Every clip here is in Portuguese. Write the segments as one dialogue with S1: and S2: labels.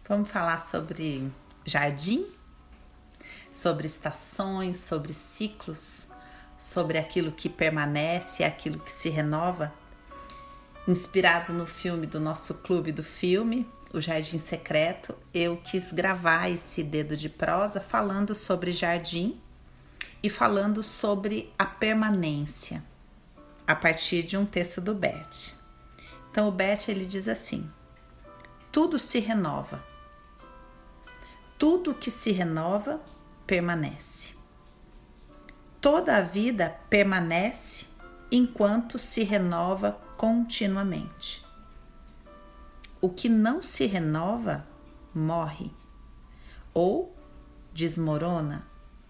S1: Vamos falar sobre jardim, sobre estações, sobre ciclos, sobre aquilo que permanece, aquilo que se renova. Inspirado no filme do nosso clube do filme, O Jardim Secreto, eu quis gravar esse dedo de prosa falando sobre jardim e falando sobre a permanência, a partir de um texto do Bert. Então o Bert ele diz assim: tudo se renova. Tudo que se renova permanece. Toda a vida permanece enquanto se renova continuamente. O que não se renova morre ou desmorona.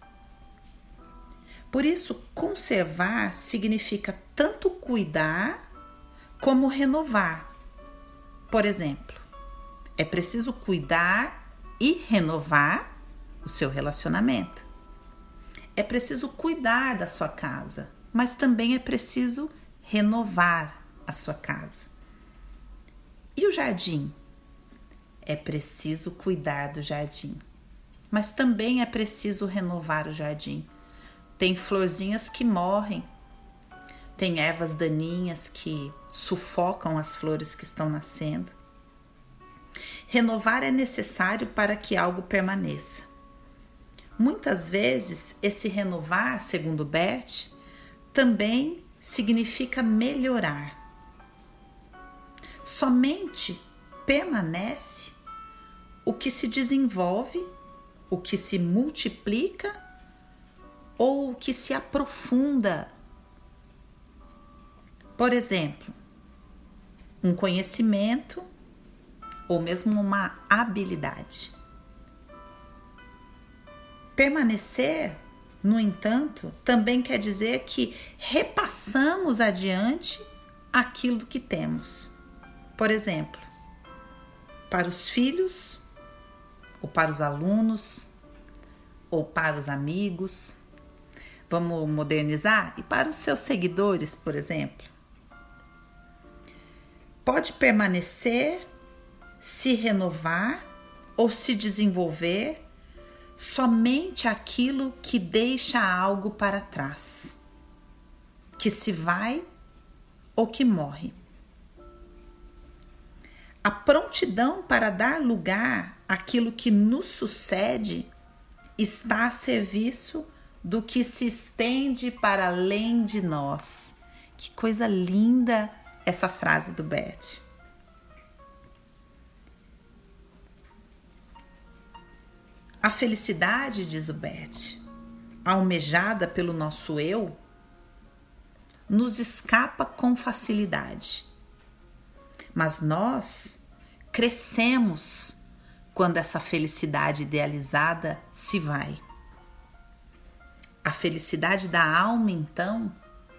S1: Por isso, conservar significa tanto cuidar como renovar. Por exemplo, é preciso cuidar e renovar o seu relacionamento. É preciso cuidar da sua casa, mas também é preciso renovar a sua casa. E o jardim? É preciso cuidar do jardim, mas também é preciso renovar o jardim. Tem florzinhas que morrem, tem ervas daninhas que sufocam as flores que estão nascendo. Renovar é necessário para que algo permaneça. Muitas vezes, esse renovar, segundo Bert, também significa melhorar. Somente permanece o que se desenvolve, o que se multiplica ou o que se aprofunda. Por exemplo, um conhecimento ou mesmo uma habilidade. Permanecer, no entanto, também quer dizer que repassamos adiante aquilo que temos. Por exemplo, para os filhos, ou para os alunos, ou para os amigos. Vamos modernizar? E para os seus seguidores, por exemplo. Pode permanecer, se renovar ou se desenvolver somente aquilo que deixa algo para trás, que se vai ou que morre. A prontidão para dar lugar àquilo que nos sucede está a serviço do que se estende para além de nós. Que coisa linda essa frase do Bert. A felicidade, diz o Bert, almejada pelo nosso eu, nos escapa com facilidade. Mas nós crescemos quando essa felicidade idealizada se vai. A felicidade da alma, então,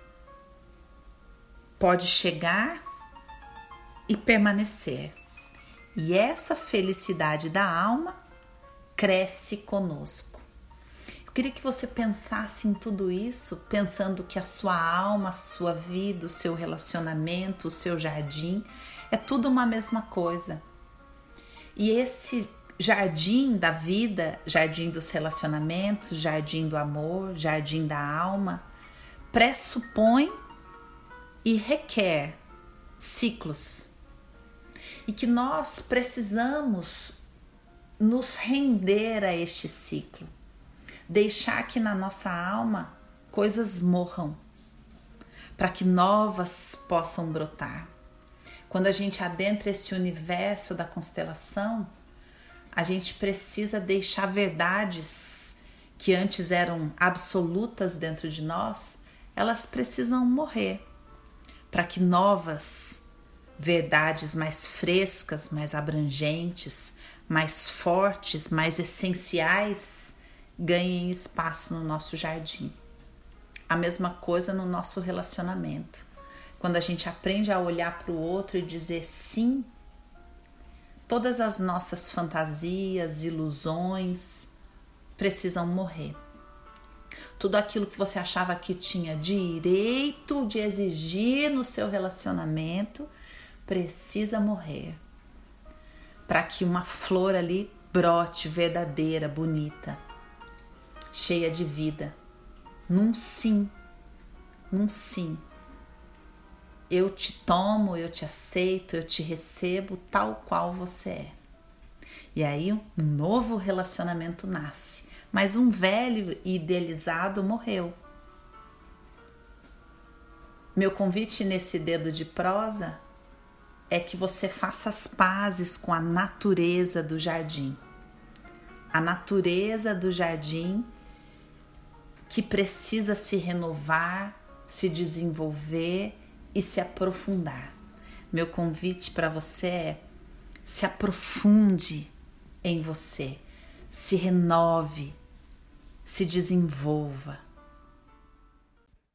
S1: pode chegar e permanecer. E essa felicidade da alma cresce conosco. Eu queria que você pensasse em tudo isso, pensando que a sua alma, a sua vida, o seu relacionamento, o seu jardim, é tudo uma mesma coisa. E esse jardim da vida, jardim dos relacionamentos, jardim do amor, jardim da alma, pressupõe e requer ciclos. E que nós precisamos nos render a este ciclo, deixar que na nossa alma coisas morram, para que novas possam brotar. Quando a gente adentra esse universo da constelação, a gente precisa deixar verdades que antes eram absolutas dentro de nós, elas precisam morrer, para que novas verdades mais frescas, mais abrangentes, mais fortes, mais essenciais, ganhem espaço no nosso jardim. A mesma coisa no nosso relacionamento. Quando a gente aprende a olhar para o outro e dizer sim, todas as nossas fantasias, ilusões precisam morrer. Tudo aquilo que você achava que tinha direito de exigir no seu relacionamento precisa morrer. para que uma flor ali brote verdadeira, bonita, cheia de vida. Num sim, num sim. Eu te tomo, eu te aceito, eu te recebo tal qual você é. E aí um novo relacionamento nasce. Mas um velho idealizado morreu. Meu convite nesse dedo de prosa é que você faça as pazes com a natureza do jardim. A natureza do jardim que precisa se renovar, se desenvolver e se aprofundar. Meu convite para você é: se aprofunde em você, se renove, se desenvolva.